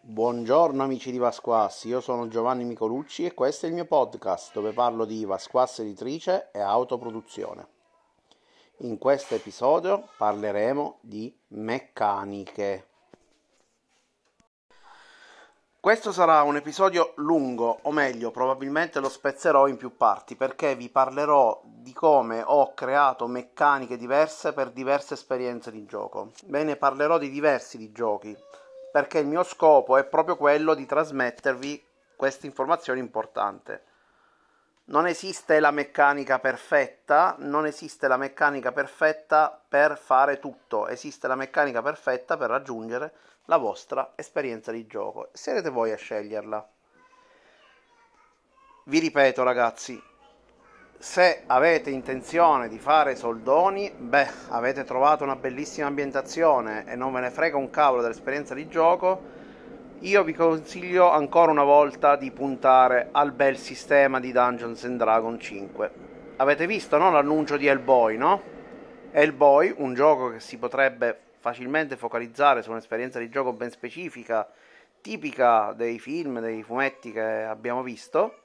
Buongiorno amici di Vasquas, io sono Giovanni Micolucci e questo è il mio podcast dove parlo di Vasquas editrice e autoproduzione. In questo episodio parleremo di meccaniche. Questo sarà un episodio lungo, o meglio, probabilmente lo spezzerò in più parti perché vi parlerò di come ho creato meccaniche diverse per diverse esperienze di gioco. Bene, parlerò di diversi di giochi perché il mio scopo è proprio quello di trasmettervi questa informazione importante. Non esiste la meccanica perfetta, non esiste la meccanica perfetta per fare tutto, esiste la meccanica perfetta per raggiungere la vostra esperienza di gioco. Sarete voi a sceglierla. Vi ripeto ragazzi, se avete intenzione di fare soldoni, avete trovato una bellissima ambientazione e non ve ne frega un cavolo dell'esperienza di gioco, io vi consiglio ancora una volta di puntare al bel sistema di Dungeons and Dragons 5. Avete visto, no? L'annuncio di Hellboy, no? Hellboy, un gioco che si potrebbe facilmente focalizzare su un'esperienza di gioco ben specifica, tipica dei film, dei fumetti che abbiamo visto.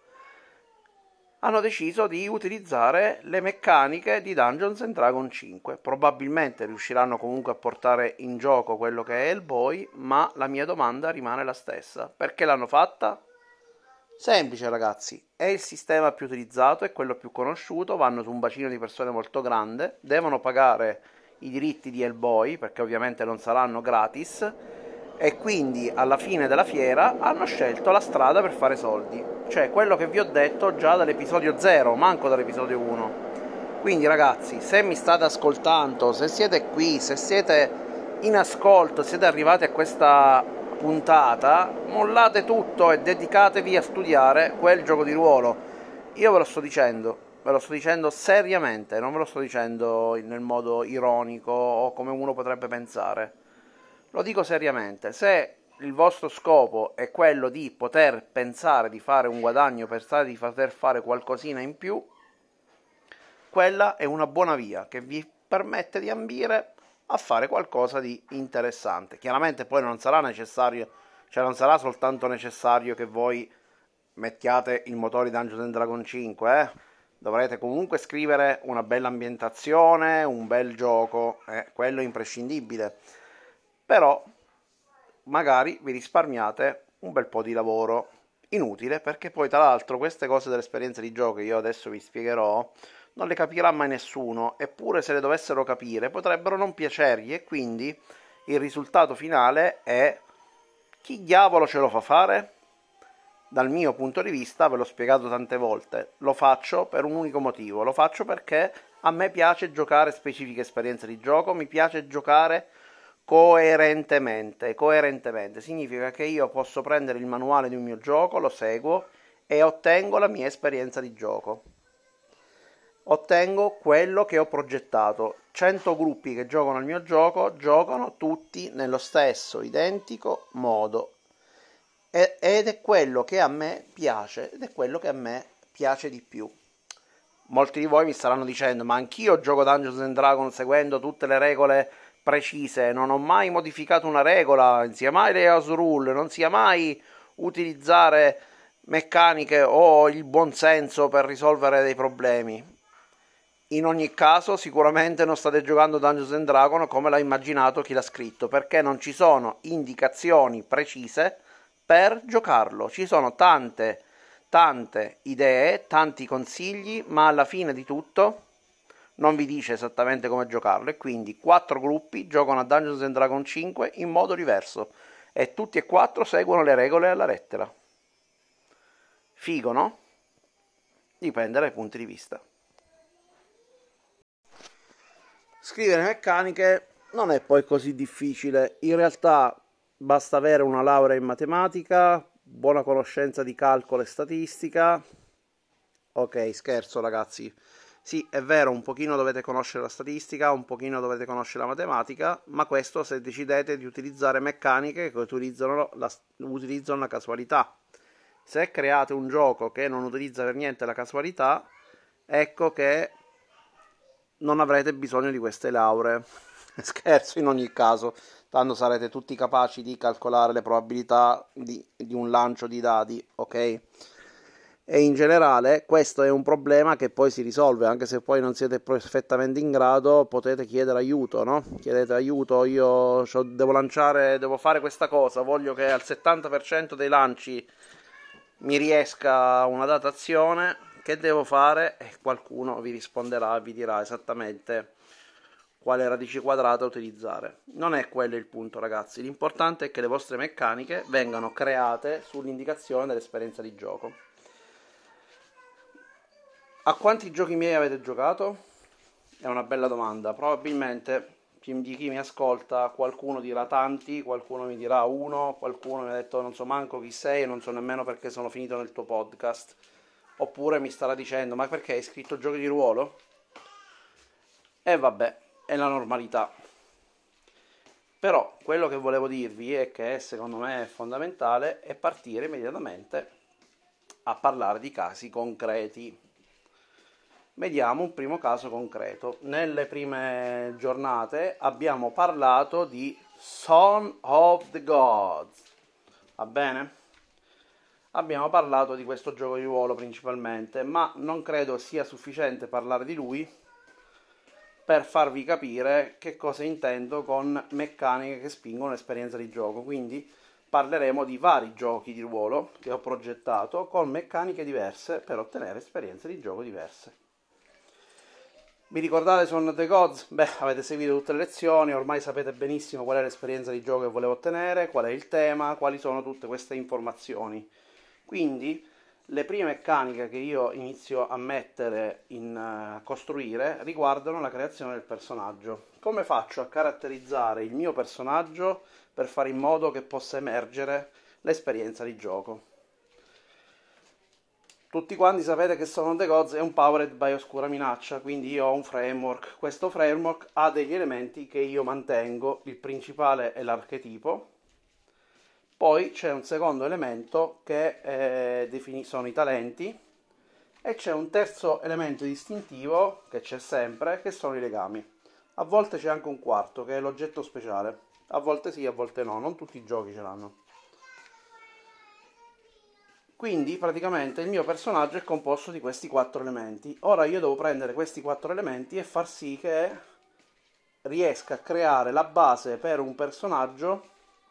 Hanno deciso di utilizzare le meccaniche di Dungeons and Dragons 5. Probabilmente riusciranno comunque a portare in gioco quello che è Hellboy, ma la mia domanda rimane la stessa. Perché l'hanno fatta? Semplice ragazzi, è il sistema più utilizzato, è quello più conosciuto, vanno su un bacino di persone molto grande, devono pagare i diritti di Hellboy, perché ovviamente non saranno gratis, e quindi alla fine della fiera hanno scelto la strada per fare soldi, cioè quello che vi ho detto già dall'episodio 0, manco dall'episodio 1. Quindi ragazzi, se mi state ascoltando, se siete qui, se siete in ascolto, siete arrivati a questa puntata, mollate tutto e dedicatevi a studiare quel gioco di ruolo. Io ve lo sto dicendo seriamente, non ve lo sto dicendo nel modo ironico o come uno potrebbe pensare. Lo dico seriamente, se il vostro scopo è quello di poter pensare di fare un guadagno, pensare di poter fare qualcosina in più, quella è una buona via che vi permette di ambire a fare qualcosa di interessante. Chiaramente poi non sarà necessario, cioè non sarà soltanto necessario che voi mettiate il motore di Dungeons and Dragons 5, dovrete comunque scrivere una bella ambientazione, un bel gioco, quello è imprescindibile. Però magari vi risparmiate un bel po' di lavoro inutile, perché poi tra l'altro queste cose dell'esperienza di gioco che io adesso vi spiegherò non le capirà mai nessuno, eppure se le dovessero capire potrebbero non piacergli, e quindi il risultato finale è: chi diavolo ce lo fa fare? Dal mio punto di vista, ve l'ho spiegato tante volte, lo faccio per un unico motivo, lo faccio perché a me piace giocare specifiche esperienze di gioco, mi piace giocare coerentemente. Significa che io posso prendere il manuale di un mio gioco, lo seguo e ottengo la mia esperienza di gioco. Ottengo quello che ho progettato. 100 gruppi che giocano al mio gioco giocano tutti nello stesso identico modo. Ed è quello che a me piace, ed è quello che a me piace di più. Molti di voi mi staranno dicendo: ma anch'io gioco Dungeons and Dragons seguendo tutte le regole precise, non ho mai modificato una regola, non sia mai le house rule, non sia mai utilizzare meccaniche o il buonsenso per risolvere dei problemi. In ogni caso sicuramente non state giocando Dungeons and Dragons come l'ha immaginato chi l'ha scritto, perché non ci sono indicazioni precise per giocarlo. Ci sono tante idee, tanti consigli, ma alla fine di tutto non vi dice esattamente come giocarlo, e quindi 4 gruppi giocano a Dungeons and Dragons 5 in modo diverso e tutti e 4 seguono le regole alla lettera. Figo, no? Dipende dai punti di vista. Scrivere meccaniche non è poi così difficile, in realtà basta avere una laurea in matematica, buona conoscenza di calcolo e statistica. Ok, scherzo ragazzi. Sì, è vero, un pochino dovete conoscere la statistica, un pochino dovete conoscere la matematica, ma questo se decidete di utilizzare meccaniche che utilizzano la casualità. Se create un gioco che non utilizza per niente la casualità, ecco che non avrete bisogno di queste lauree. Scherzo in ogni caso. tanto sarete tutti capaci di calcolare le probabilità di un lancio di dadi, ok? E in generale questo è un problema che poi si risolve, anche se poi non siete perfettamente in grado, potete chiedere aiuto, no? Chiedete aiuto, io devo lanciare, devo fare questa cosa, voglio che al 70% dei lanci mi riesca una datazione, che devo fare? E qualcuno vi risponderà, vi dirà esattamente quale radice quadrata utilizzare. Non è quello il punto, ragazzi, l'importante è che le vostre meccaniche vengano create sull'indicazione dell'esperienza di gioco. A quanti giochi miei avete giocato? È una bella domanda. Probabilmente di chi mi ascolta qualcuno dirà tanti, qualcuno mi dirà uno, qualcuno mi ha detto non so manco chi sei e non so nemmeno perché sono finito nel tuo podcast. Oppure mi starà dicendo ma perché hai scritto giochi di ruolo? E vabbè, è la normalità. Però quello che volevo dirvi è che secondo me è fondamentale è partire immediatamente a parlare di casi concreti. Vediamo un primo caso concreto. Nelle prime giornate abbiamo parlato di Son of the Gods. Va bene? Abbiamo parlato di questo gioco di ruolo principalmente, ma non credo sia sufficiente parlare di lui per farvi capire che cosa intendo con meccaniche che spingono l'esperienza di gioco. Quindi parleremo di vari giochi di ruolo che ho progettato con meccaniche diverse per ottenere esperienze di gioco diverse. Vi ricordate Son of the Gods? Beh, avete seguito tutte le lezioni, ormai sapete benissimo qual è l'esperienza di gioco che volevo ottenere, qual è il tema, quali sono tutte queste informazioni. Quindi le prime meccaniche che io inizio a mettere a costruire riguardano la creazione del personaggio. Come faccio a caratterizzare il mio personaggio per fare in modo che possa emergere l'esperienza di gioco? Tutti quanti sapete che Son of the Gods è un powered by oscura minaccia, quindi io ho un framework. Questo framework ha degli elementi che io mantengo. Il principale è l'archetipo. Poi c'è un secondo elemento che sono i talenti. E c'è un terzo elemento distintivo, che c'è sempre, che sono i legami. A volte c'è anche un quarto, che è l'oggetto speciale. A volte sì, a volte no. Non tutti i giochi ce l'hanno. Quindi praticamente il mio personaggio è composto di questi 4 elementi. Ora io devo prendere questi 4 elementi e far sì che riesca a creare la base per un personaggio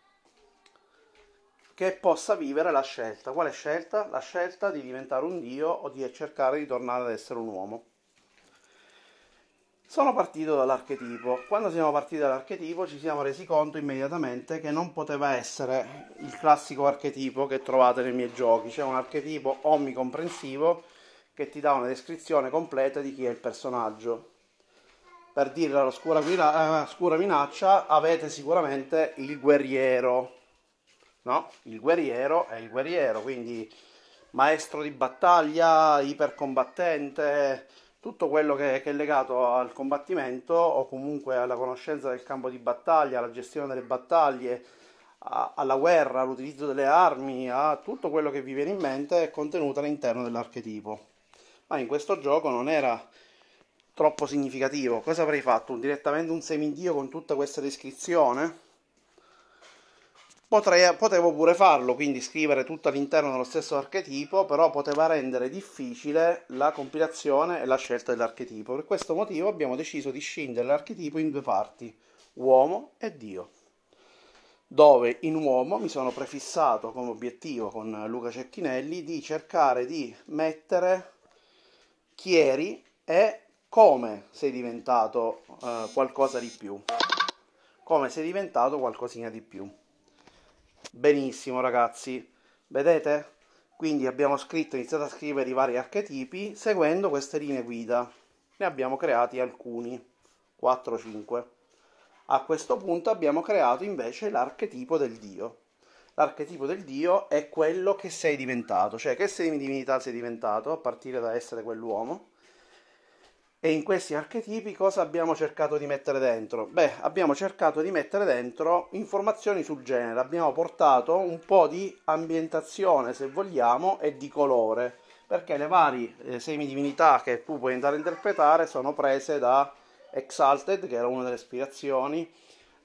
che possa vivere la scelta. Quale scelta? La scelta di diventare un dio o di cercare di tornare ad essere un uomo. Sono partito dall'archetipo. Quando siamo partiti dall'archetipo ci siamo resi conto immediatamente che non poteva essere il classico archetipo che trovate nei miei giochi. C'è un archetipo omnicomprensivo che ti dà una descrizione completa di chi è il personaggio. Per dirla all'oscura minaccia avete sicuramente il guerriero. No? Il guerriero è il guerriero, quindi maestro di battaglia, ipercombattente, tutto quello che è legato al combattimento o comunque alla conoscenza del campo di battaglia, alla gestione delle battaglie, alla guerra, all'utilizzo delle armi, a tutto quello che vi viene in mente è contenuto all'interno dell'archetipo. Ma in questo gioco non era troppo significativo. Cosa avrei fatto? Direttamente un semidio con tutta questa descrizione? Potevo pure farlo, quindi scrivere tutto all'interno dello stesso archetipo, però poteva rendere difficile la compilazione e la scelta dell'archetipo. Per questo motivo abbiamo deciso di scindere l'archetipo in 2 parti, uomo e dio, dove in uomo mi sono prefissato come obiettivo con Luca Cecchinelli di cercare di mettere chi eri e come sei diventato qualcosa di più, come sei diventato qualcosina di più. Benissimo ragazzi, vedete? Quindi abbiamo iniziato a scrivere i vari archetipi seguendo queste linee guida. Ne abbiamo creati alcuni, 4-5. A questo punto abbiamo creato invece l'archetipo del dio. L'archetipo del dio è quello che sei diventato, cioè che semidivinità sei diventato a partire da essere quell'uomo. E in questi archetipi cosa abbiamo cercato di mettere dentro? Beh, abbiamo cercato di mettere dentro informazioni sul genere, abbiamo portato un po' di ambientazione, se vogliamo, e di colore, perché le varie semidivinità che tu puoi andare a interpretare sono prese da Exalted, che era una delle ispirazioni,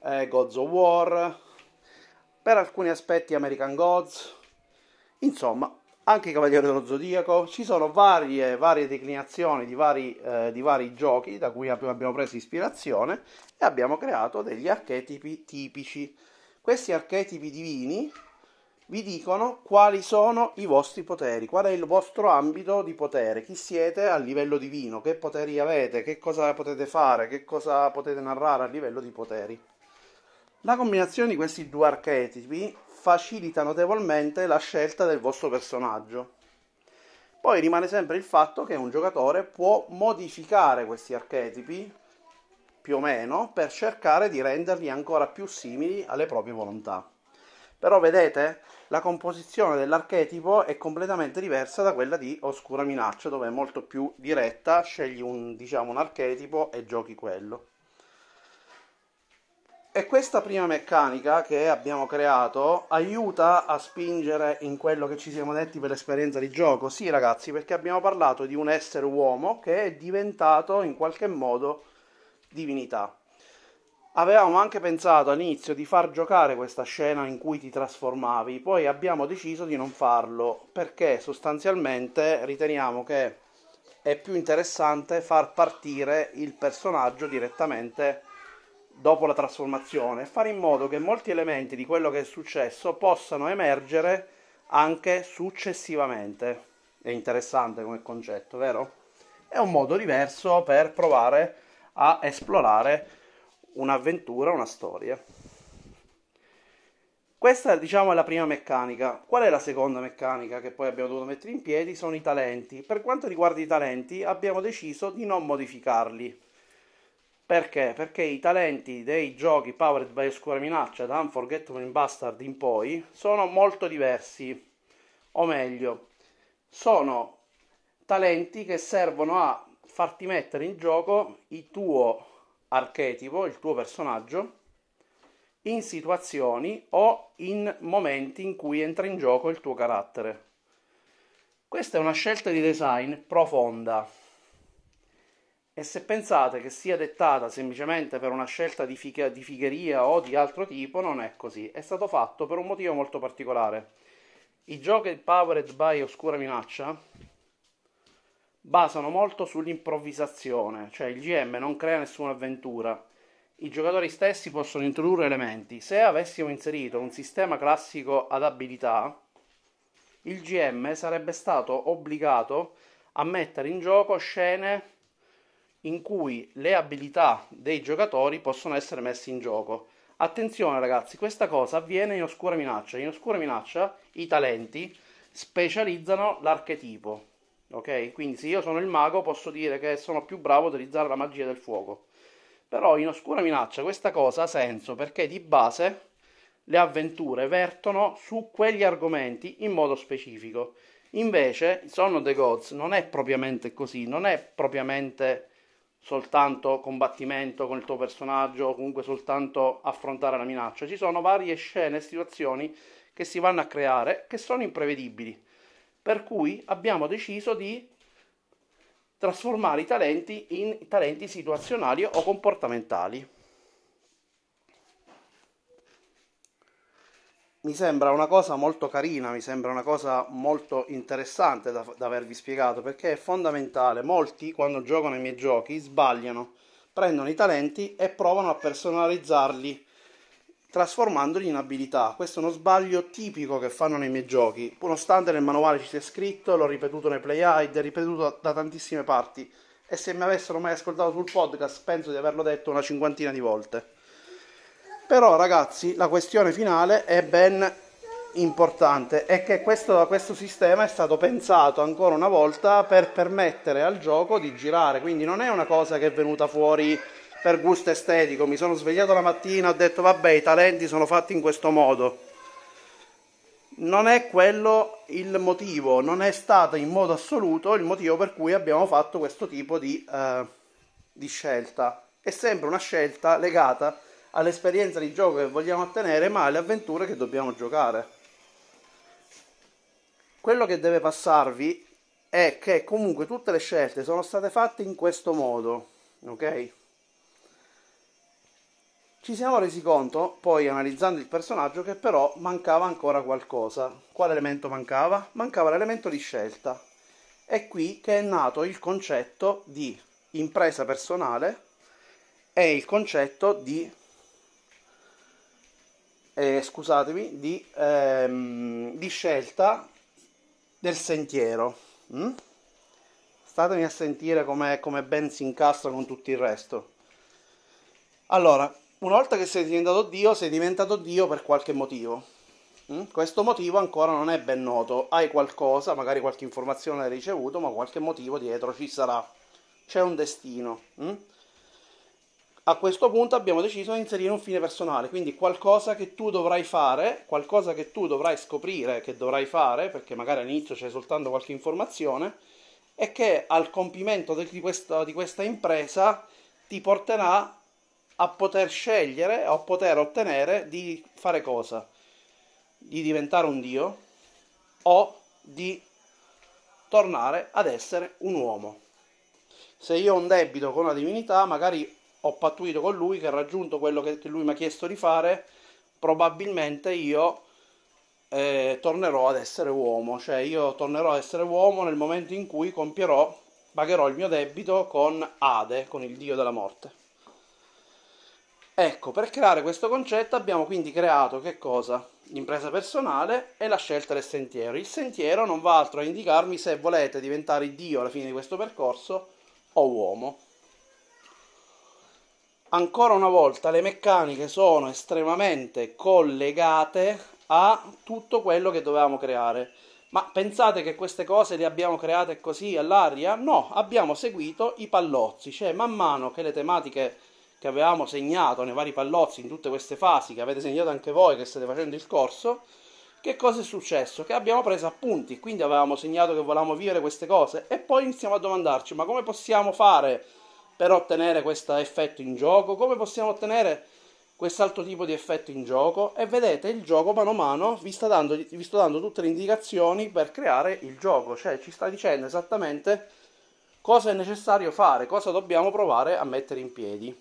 Gods of War, per alcuni aspetti American Gods, insomma anche i Cavalieri dello Zodiaco. Ci sono varie declinazioni di vari giochi da cui abbiamo preso ispirazione e abbiamo creato degli archetipi tipici. Questi archetipi divini vi dicono quali sono i vostri poteri, qual è il vostro ambito di potere, chi siete a livello divino, che poteri avete, che cosa potete fare, che cosa potete narrare a livello di poteri. La combinazione di questi due archetipi facilita notevolmente la scelta del vostro personaggio. Poi rimane sempre il fatto che un giocatore può modificare questi archetipi, più o meno, per cercare di renderli ancora più simili alle proprie volontà. Però vedete, la composizione dell'archetipo è completamente diversa da quella di Oscura Minaccia, dove è molto più diretta, scegli un archetipo e giochi quello. E questa prima meccanica che abbiamo creato aiuta a spingere in quello che ci siamo detti per l'esperienza di gioco. Sì, ragazzi, perché abbiamo parlato di un essere uomo che è diventato in qualche modo divinità. Avevamo anche pensato all'inizio di far giocare questa scena in cui ti trasformavi, poi abbiamo deciso di non farlo perché sostanzialmente riteniamo che è più interessante far partire il personaggio direttamente dopo la trasformazione e fare in modo che molti elementi di quello che è successo possano emergere anche successivamente. È interessante come concetto, vero? È un modo diverso per provare a esplorare un'avventura, una storia. Questa, diciamo, è la prima meccanica. Qual è la seconda meccanica che poi abbiamo dovuto mettere in piedi? Sono i talenti. Per quanto riguarda i talenti, abbiamo deciso di non modificarli. Perché? Perché i talenti dei giochi Powered by Oscura Minaccia da Unforgettable Bastard in poi sono molto diversi, o meglio, sono talenti che servono a farti mettere in gioco il tuo archetipo, il tuo personaggio, in situazioni o in momenti in cui entra in gioco il tuo carattere. Questa è una scelta di design profonda. E se pensate che sia dettata semplicemente per una scelta di figheria o di altro tipo, non è così. È stato fatto per un motivo molto particolare. I giochi Powered by Oscura Minaccia basano molto sull'improvvisazione, cioè il GM non crea nessuna avventura. I giocatori stessi possono introdurre elementi. Se avessimo inserito un sistema classico ad abilità, il GM sarebbe stato obbligato a mettere in gioco scene in cui le abilità dei giocatori possono essere messe in gioco. Attenzione ragazzi, questa cosa avviene in Oscura Minaccia. In Oscura Minaccia i talenti specializzano l'archetipo, ok? Quindi se io sono il mago posso dire che sono più bravo a utilizzare la magia del fuoco. Però in Oscura Minaccia questa cosa ha senso perché di base le avventure vertono su quegli argomenti in modo specifico. Invece Son of the Gods non è propriamente così, non è propriamente soltanto combattimento con il tuo personaggio o comunque soltanto affrontare la minaccia. Ci sono varie scene e situazioni che si vanno a creare che sono imprevedibili, per cui abbiamo deciso di trasformare i talenti in talenti situazionali o comportamentali. Mi sembra una cosa molto carina, mi sembra una cosa molto interessante da avervi spiegato, perché è fondamentale. Molti, quando giocano ai miei giochi, sbagliano, prendono i talenti e provano a personalizzarli, trasformandoli in abilità. Questo è uno sbaglio tipico che fanno nei miei giochi, nonostante nel manuale ci sia scritto, l'ho ripetuto nei play guide, è ripetuto da tantissime parti, e se mi avessero mai ascoltato sul podcast penso di averlo detto una cinquantina di volte. Però ragazzi, la questione finale è ben importante, è che questo sistema è stato pensato ancora una volta per permettere al gioco di girare, quindi non è una cosa che è venuta fuori per gusto estetico. Mi sono svegliato la mattina e ho detto vabbè, i talenti sono fatti in questo modo. Non è quello il motivo, non è stato in modo assoluto il motivo per cui abbiamo fatto questo tipo di scelta. È sempre una scelta legata all'esperienza di gioco che vogliamo ottenere, ma alle avventure che dobbiamo giocare. Quello che deve passarvi è che comunque tutte le scelte sono state fatte in questo modo, ok? Ci siamo resi conto, poi analizzando il personaggio, che però mancava ancora qualcosa. Quale elemento mancava? Mancava l'elemento di scelta. È qui che è nato il concetto di impresa personale e il concetto di, scusatemi, di scelta del sentiero. Statemi a sentire come ben si incastra con tutto il resto. Allora, una volta che sei diventato Dio per qualche motivo. Questo motivo ancora non è ben noto. Hai qualcosa, magari qualche informazione l'hai ricevuto, ma qualche motivo dietro ci sarà. C'è un destino. A questo punto abbiamo deciso di inserire un fine personale, quindi qualcosa che tu dovrai fare, qualcosa che tu dovrai scoprire che dovrai fare, perché magari all'inizio c'è soltanto qualche informazione, e che al compimento di questa impresa ti porterà a poter scegliere o poter ottenere di fare cosa? Di diventare un dio o di tornare ad essere un uomo. Se io ho un debito con una divinità, magari ho pattuito con lui che ha raggiunto quello che lui mi ha chiesto di fare, probabilmente io tornerò ad essere uomo, cioè io tornerò ad essere uomo nel momento in cui pagherò il mio debito con Ade, con il dio della morte. Ecco, per creare questo concetto abbiamo quindi creato che cosa? L'impresa personale e la scelta del sentiero. Il sentiero non va altro a indicarmi se volete diventare Dio alla fine di questo percorso o uomo. Ancora una volta le meccaniche sono estremamente collegate a tutto quello che dovevamo creare. Ma pensate che queste cose le abbiamo create così all'aria? No, abbiamo seguito i pallozzi, cioè man mano che le tematiche che avevamo segnato nei vari pallozzi, in tutte queste fasi che avete segnato anche voi che state facendo il corso, che cosa è successo? Che abbiamo preso appunti, quindi avevamo segnato che volevamo vivere queste cose e poi iniziamo a domandarci ma come possiamo fare per ottenere questo effetto in gioco? Come possiamo ottenere quest'altro tipo di effetto in gioco? E vedete, il gioco mano a mano vi sta dando tutte le indicazioni per creare il gioco, cioè ci sta dicendo esattamente cosa è necessario fare, cosa dobbiamo provare a mettere in piedi.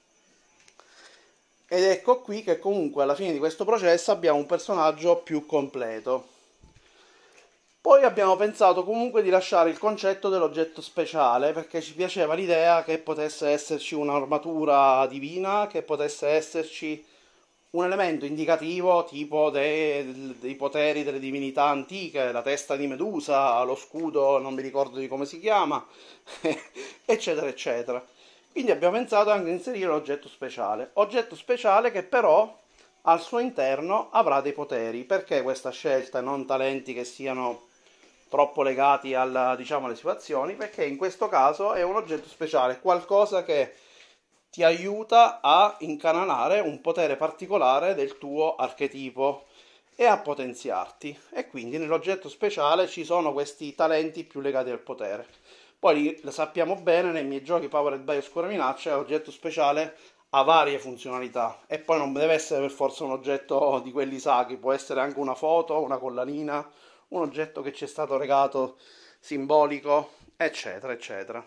Ed ecco qui che comunque alla fine di questo processo abbiamo un personaggio più completo. Poi abbiamo pensato comunque di lasciare il concetto dell'oggetto speciale perché ci piaceva l'idea che potesse esserci un'armatura divina, che potesse esserci un elemento indicativo tipo dei poteri delle divinità antiche, la testa di Medusa, lo scudo, non mi ricordo di come si chiama, eccetera, eccetera. Quindi abbiamo pensato anche di inserire l'oggetto speciale che però al suo interno avrà dei poteri. Perché questa scelta e non talenti che siano troppo legati alle situazioni? Perché in questo caso è un oggetto speciale, qualcosa che ti aiuta a incanalare un potere particolare del tuo archetipo e a potenziarti. E quindi nell'oggetto speciale ci sono questi talenti più legati al potere. Poi lo sappiamo bene, nei miei giochi Powered by Oscura Minaccia l'oggetto speciale ha varie funzionalità e poi non deve essere per forza un oggetto di quelli sacri, può essere anche una foto, una collanina, un oggetto che ci è stato regato simbolico, eccetera, eccetera.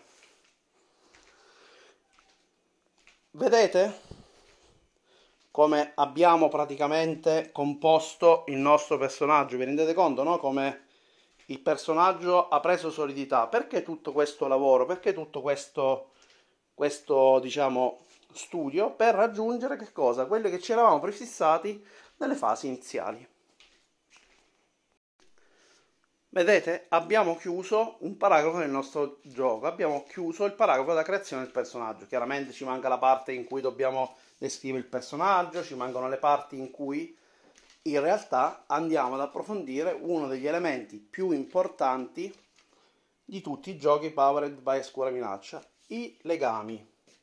Vedete come abbiamo praticamente composto il nostro personaggio? Vi rendete conto, no? Come il personaggio ha preso solidità. Perché tutto questo lavoro? Perché tutto questo studio? Per raggiungere che cosa? Quello che ci eravamo prefissati nelle fasi iniziali. Vedete? Abbiamo chiuso un paragrafo nel nostro gioco. Abbiamo chiuso il paragrafo della creazione del personaggio. Chiaramente ci manca la parte in cui dobbiamo descrivere il personaggio, ci mancano le parti in cui in realtà andiamo ad approfondire uno degli elementi più importanti di tutti i giochi Powered by Oscura Minaccia, i legami.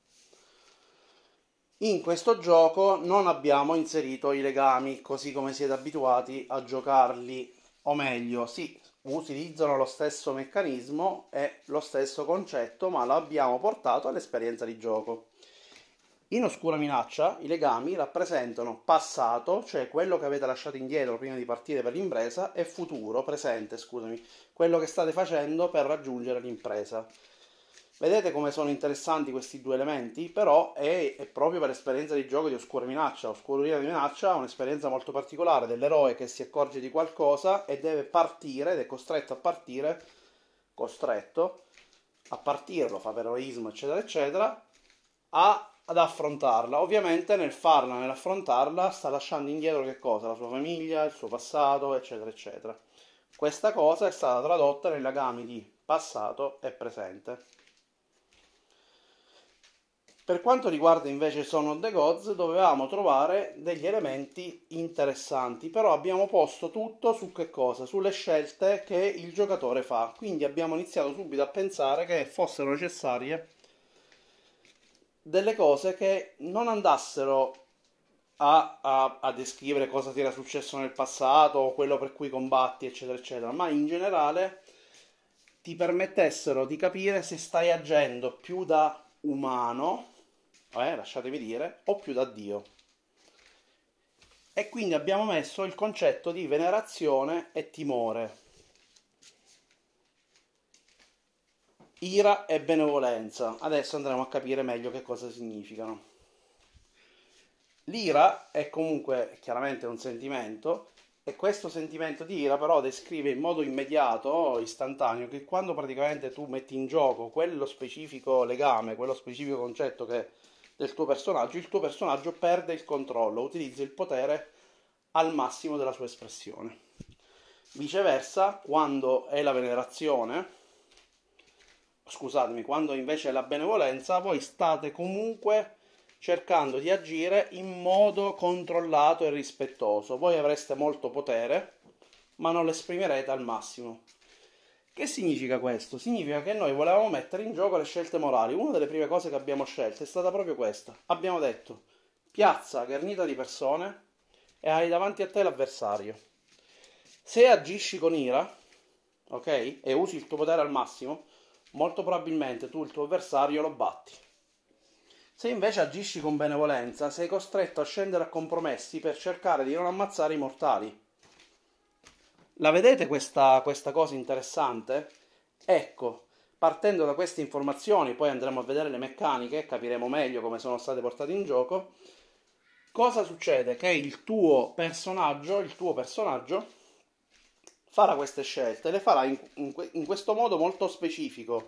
In questo gioco non abbiamo inserito i legami così come siete abituati a giocarli, o meglio, sì, utilizzano lo stesso meccanismo e lo stesso concetto, ma lo abbiamo portato all'esperienza di gioco. In Oscura Minaccia i legami rappresentano passato, cioè quello che avete lasciato indietro prima di partire per l'impresa, e presente, quello che state facendo per raggiungere l'impresa. Vedete come sono interessanti questi due elementi? Però è proprio per esperienza di gioco di Oscura Minaccia. Oscura Minaccia ha un'esperienza molto particolare dell'eroe che si accorge di qualcosa e deve partire, ed è costretto a partire, lo fa per eroismo, eccetera, eccetera, ad affrontarla. Ovviamente nell'affrontarla, sta lasciando indietro che cosa? La sua famiglia, il suo passato, eccetera, eccetera. Questa cosa è stata tradotta nei legami di passato e presente. Per quanto riguarda invece Son of the Gods, dovevamo trovare degli elementi interessanti, però abbiamo posto tutto su che cosa? Sulle scelte che il giocatore fa. Quindi abbiamo iniziato subito a pensare che fossero necessarie delle cose che non andassero a descrivere cosa ti era successo nel passato o quello per cui combatti, eccetera, eccetera, ma in generale ti permettessero di capire se stai agendo più da umano, lasciatemi dire, o più da Dio. E quindi abbiamo messo il concetto di venerazione e timore, ira e benevolenza. Adesso andremo a capire meglio che cosa significano. L'ira è comunque chiaramente un sentimento, e questo sentimento di ira però descrive in modo immediato, istantaneo, che quando praticamente tu metti in gioco quello specifico legame, quello specifico concetto che del tuo personaggio, il tuo personaggio perde il controllo, utilizza il potere al massimo della sua espressione. Viceversa, quando è la venerazione, quando invece è la benevolenza, voi state comunque cercando di agire in modo controllato e rispettoso. Voi avreste molto potere, ma non lo esprimerete al massimo. Che significa questo? Significa che noi volevamo mettere in gioco le scelte morali. Una delle prime cose che abbiamo scelto è stata proprio questa. Abbiamo detto: piazza ghermita di persone e hai davanti a te l'avversario. Se agisci con ira, ok? E usi il tuo potere al massimo, molto probabilmente tu il tuo avversario lo batti. Se invece agisci con benevolenza, sei costretto a scendere a compromessi per cercare di non ammazzare i mortali. La vedete questa cosa interessante? Ecco, partendo da queste informazioni, poi andremo a vedere le meccaniche e capiremo meglio come sono state portate in gioco. Cosa succede? Che il tuo personaggio farà queste scelte, le farà in questo modo molto specifico.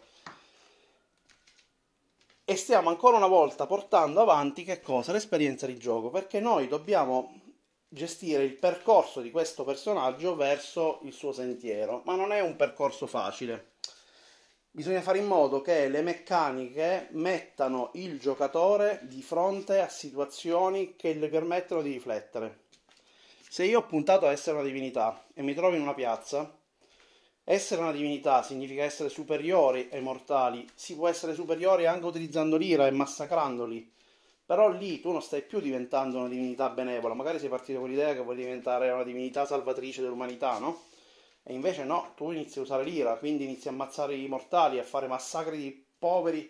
E stiamo ancora una volta portando avanti che cosa? L'esperienza di gioco, perché noi dobbiamo gestire il percorso di questo personaggio verso il suo sentiero, ma non è un percorso facile. Bisogna fare in modo che le meccaniche mettano il giocatore di fronte a situazioni che le permettono di riflettere. Se io ho puntato a essere una divinità e mi trovo in una piazza, essere una divinità significa essere superiori ai mortali. Si può essere superiori anche utilizzando l'ira e massacrandoli, però lì tu non stai più diventando una divinità benevola. Magari sei partito con l'idea che vuoi diventare una divinità salvatrice dell'umanità, no? E invece no, tu inizi a usare l'ira, quindi inizi a ammazzare i mortali, a fare massacri di povere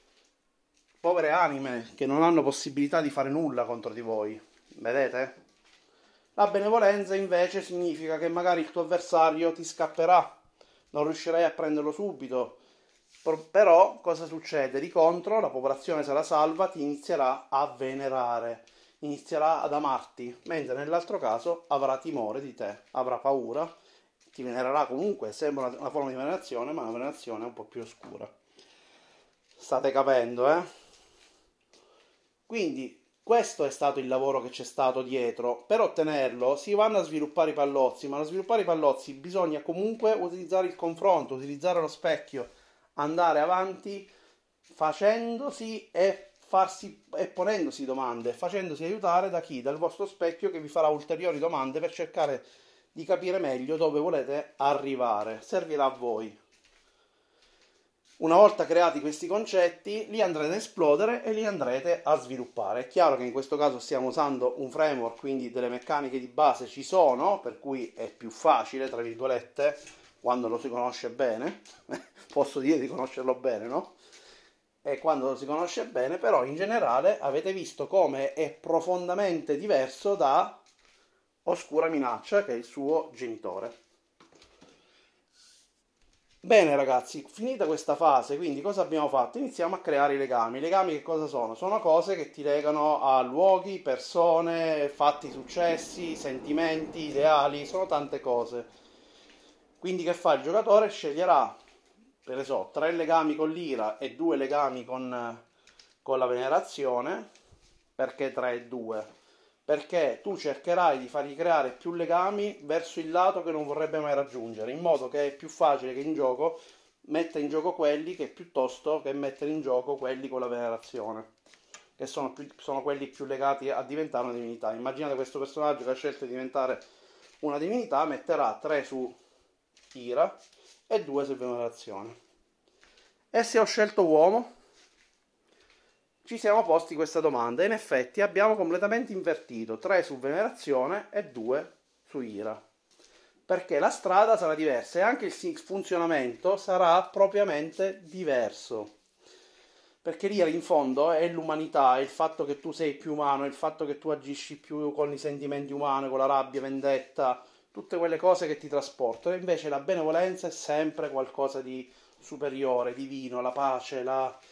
anime che non hanno possibilità di fare nulla contro di voi. Vedete? La benevolenza invece significa che magari il tuo avversario ti scapperà, non riuscirai a prenderlo subito, però cosa succede? Di contro la popolazione sarà salva, ti inizierà a venerare, inizierà ad amarti, mentre nell'altro caso avrà timore di te, avrà paura, ti venererà comunque, sembra una forma di venerazione, ma una venerazione un po' più oscura. State capendo, eh? Quindi questo è stato il lavoro che c'è stato dietro. Per ottenerlo si vanno a sviluppare i pallozzi, ma per sviluppare i pallozzi bisogna comunque utilizzare il confronto, utilizzare lo specchio, andare avanti facendosi e ponendosi domande, facendosi aiutare da chi? Dal vostro specchio, che vi farà ulteriori domande per cercare di capire meglio dove volete arrivare. Servirà a voi. Una volta creati questi concetti, li andrete a esplodere e li andrete a sviluppare. È chiaro che in questo caso stiamo usando un framework, quindi delle meccaniche di base ci sono, per cui è più facile, tra virgolette, quando lo si conosce bene. Posso dire di conoscerlo bene, no? E quando lo si conosce bene, però in generale avete visto come è profondamente diverso da Oscura Minaccia, che è il suo genitore. Bene ragazzi, finita questa fase, quindi cosa abbiamo fatto? Iniziamo a creare i legami. I legami che cosa sono? Sono cose che ti legano a luoghi, persone, fatti successi, sentimenti, ideali, sono tante cose. Quindi che fa il giocatore? Sceglierà, per esempio, tre legami con l'ira e due legami con la venerazione. Perché 3 e 2? Perché tu cercherai di fargli creare più legami verso il lato che non vorrebbe mai raggiungere, in modo che è più facile che in gioco metta in gioco quelli che piuttosto che mettere in gioco quelli con la venerazione, che sono quelli più legati a diventare una divinità. Immaginate questo personaggio che ha scelto di diventare una divinità, metterà 3 su ira e 2 su venerazione. E se ho scelto uomo? Ci siamo posti questa domanda e in effetti abbiamo completamente invertito 3 su venerazione e 2 su ira, perché la strada sarà diversa e anche il funzionamento sarà propriamente diverso, perché l'ira in fondo è l'umanità, è il fatto che tu sei più umano, è il fatto che tu agisci più con i sentimenti umani, con la rabbia, vendetta, tutte quelle cose che ti trasportano. E invece la benevolenza è sempre qualcosa di superiore, divino, la pace,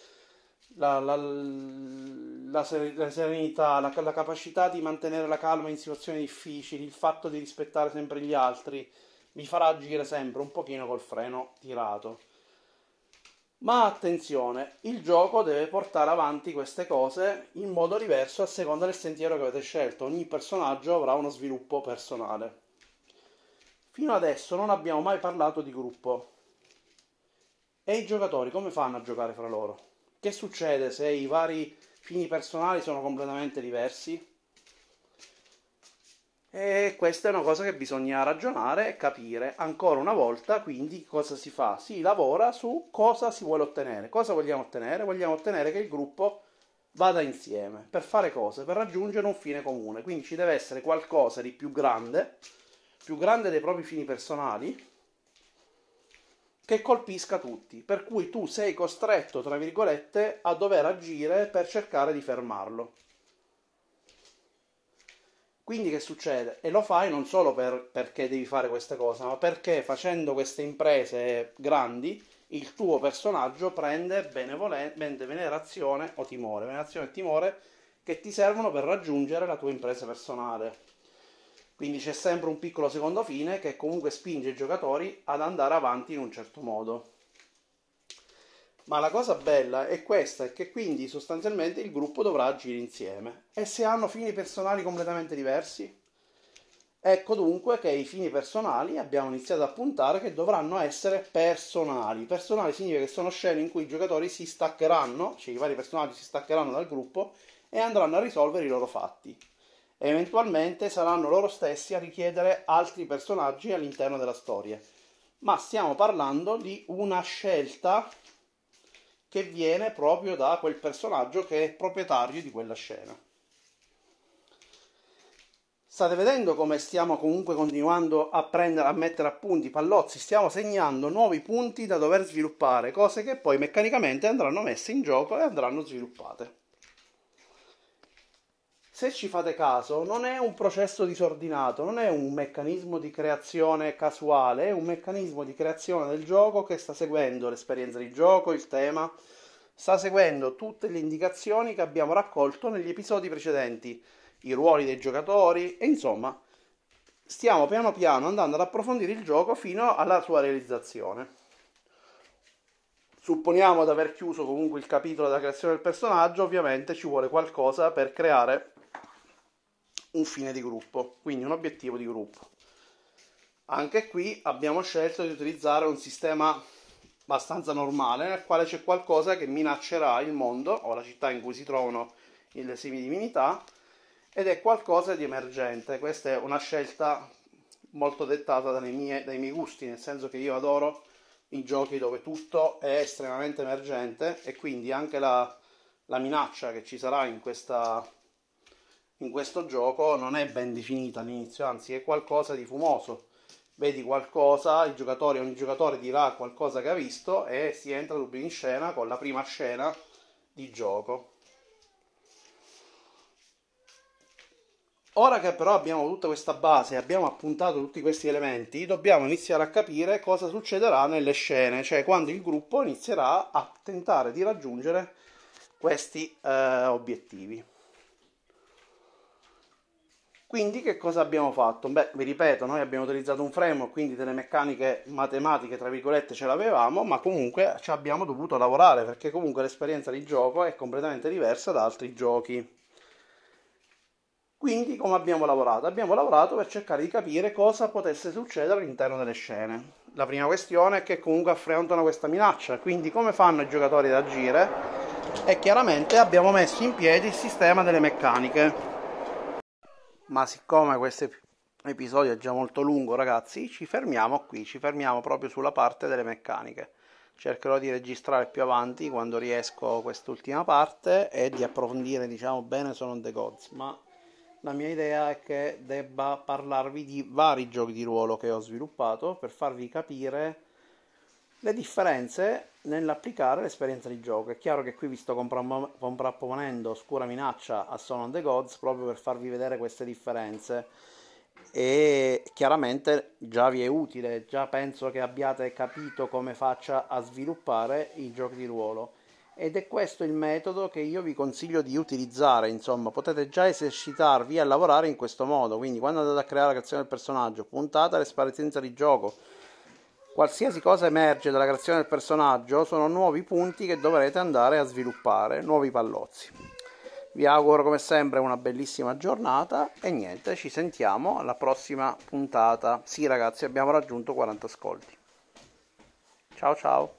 la serenità, la capacità di mantenere la calma in situazioni difficili, il fatto di rispettare sempre gli altri, mi farà agire sempre un pochino col freno tirato. Ma attenzione, il gioco deve portare avanti queste cose in modo diverso a seconda del sentiero che avete scelto. Ogni personaggio avrà uno sviluppo personale. Fino adesso non abbiamo mai parlato di gruppo. E i giocatori come fanno a giocare fra loro? Che succede se i vari fini personali sono completamente diversi? E questa è una cosa che bisogna ragionare e capire ancora una volta, quindi cosa si fa? Si lavora su cosa si vuole ottenere. Cosa vogliamo ottenere? Vogliamo ottenere che il gruppo vada insieme. Per fare cose? Per raggiungere un fine comune. Quindi ci deve essere qualcosa di più grande dei propri fini personali, che colpisca tutti, per cui tu sei costretto, tra virgolette, a dover agire per cercare di fermarlo. Quindi che succede? E lo fai non solo perché devi fare queste cose, ma perché facendo queste imprese grandi il tuo personaggio prende venerazione o timore. Venerazione e timore che ti servono per raggiungere la tua impresa personale. Quindi c'è sempre un piccolo secondo fine che comunque spinge i giocatori ad andare avanti in un certo modo. Ma la cosa bella è questa, è che quindi sostanzialmente il gruppo dovrà agire insieme. E se hanno fini personali completamente diversi? Ecco dunque che i fini personali abbiamo iniziato a puntare che dovranno essere personali. Personali significa che sono scene in cui i giocatori si staccheranno, cioè i vari personaggi si staccheranno dal gruppo e andranno a risolvere i loro fatti. E eventualmente saranno loro stessi a richiedere altri personaggi all'interno della storia. Ma stiamo parlando di una scelta che viene proprio da quel personaggio che è proprietario di quella scena. State vedendo come stiamo comunque continuando a mettere a punti i pallozzi, stiamo segnando nuovi punti da dover sviluppare, cose che poi meccanicamente andranno messe in gioco e andranno sviluppate. Se ci fate caso, non è un processo disordinato, non è un meccanismo di creazione casuale, è un meccanismo di creazione del gioco che sta seguendo l'esperienza di gioco, il tema, sta seguendo tutte le indicazioni che abbiamo raccolto negli episodi precedenti, i ruoli dei giocatori e insomma stiamo piano piano andando ad approfondire il gioco fino alla sua realizzazione. Supponiamo di aver chiuso comunque il capitolo della creazione del personaggio, ovviamente ci vuole qualcosa per creare un fine di gruppo, quindi un obiettivo di gruppo. Anche qui abbiamo scelto di utilizzare un sistema abbastanza normale nel quale c'è qualcosa che minaccerà il mondo o la città in cui si trovano le semidivinità ed è qualcosa di emergente. Questa è una scelta molto dettata dai miei gusti, nel senso che io adoro i giochi dove tutto è estremamente emergente e quindi anche la minaccia che ci sarà in questo gioco non è ben definita all'inizio, anzi è qualcosa di fumoso. Vedi qualcosa, ogni giocatore dirà qualcosa che ha visto e si entra subito in scena con la prima scena di gioco. Ora che però abbiamo tutta questa base, abbiamo appuntato tutti questi elementi, dobbiamo iniziare a capire cosa succederà nelle scene, cioè quando il gruppo inizierà a tentare di raggiungere questi obiettivi. Quindi che cosa abbiamo fatto? Beh, vi ripeto, noi abbiamo utilizzato un framework, quindi delle meccaniche matematiche, tra virgolette, ce l'avevamo, ma comunque ci abbiamo dovuto lavorare, perché comunque l'esperienza di gioco è completamente diversa da altri giochi. Quindi come abbiamo lavorato? Abbiamo lavorato per cercare di capire cosa potesse succedere all'interno delle scene. La prima questione è che comunque affrontano questa minaccia, quindi come fanno i giocatori ad agire? E chiaramente abbiamo messo in piedi il sistema delle meccaniche. Ma siccome questo episodio è già molto lungo, ragazzi, ci fermiamo qui, ci fermiamo proprio sulla parte delle meccaniche. Cercherò di registrare più avanti quando riesco quest'ultima parte e di approfondire, diciamo, bene Son of the Gods, ma la mia idea è che debba parlarvi di vari giochi di ruolo che ho sviluppato per farvi capire le differenze nell'applicare l'esperienza di gioco. È chiaro che qui vi sto contrapponendo Oscura Minaccia a Son of the Gods proprio per farvi vedere queste differenze, e chiaramente già vi è utile, già penso che abbiate capito come faccia a sviluppare i giochi di ruolo. Ed è questo il metodo che io vi consiglio di utilizzare, insomma, potete già esercitarvi a lavorare in questo modo, quindi quando andate a creare la creazione del personaggio, puntate all'esperienza di gioco, qualsiasi cosa emerge dalla creazione del personaggio sono nuovi punti che dovrete andare a sviluppare, nuovi pallozzi. Vi auguro come sempre una bellissima giornata e niente, ci sentiamo alla prossima puntata. Sì ragazzi, abbiamo raggiunto 40 ascolti. Ciao ciao!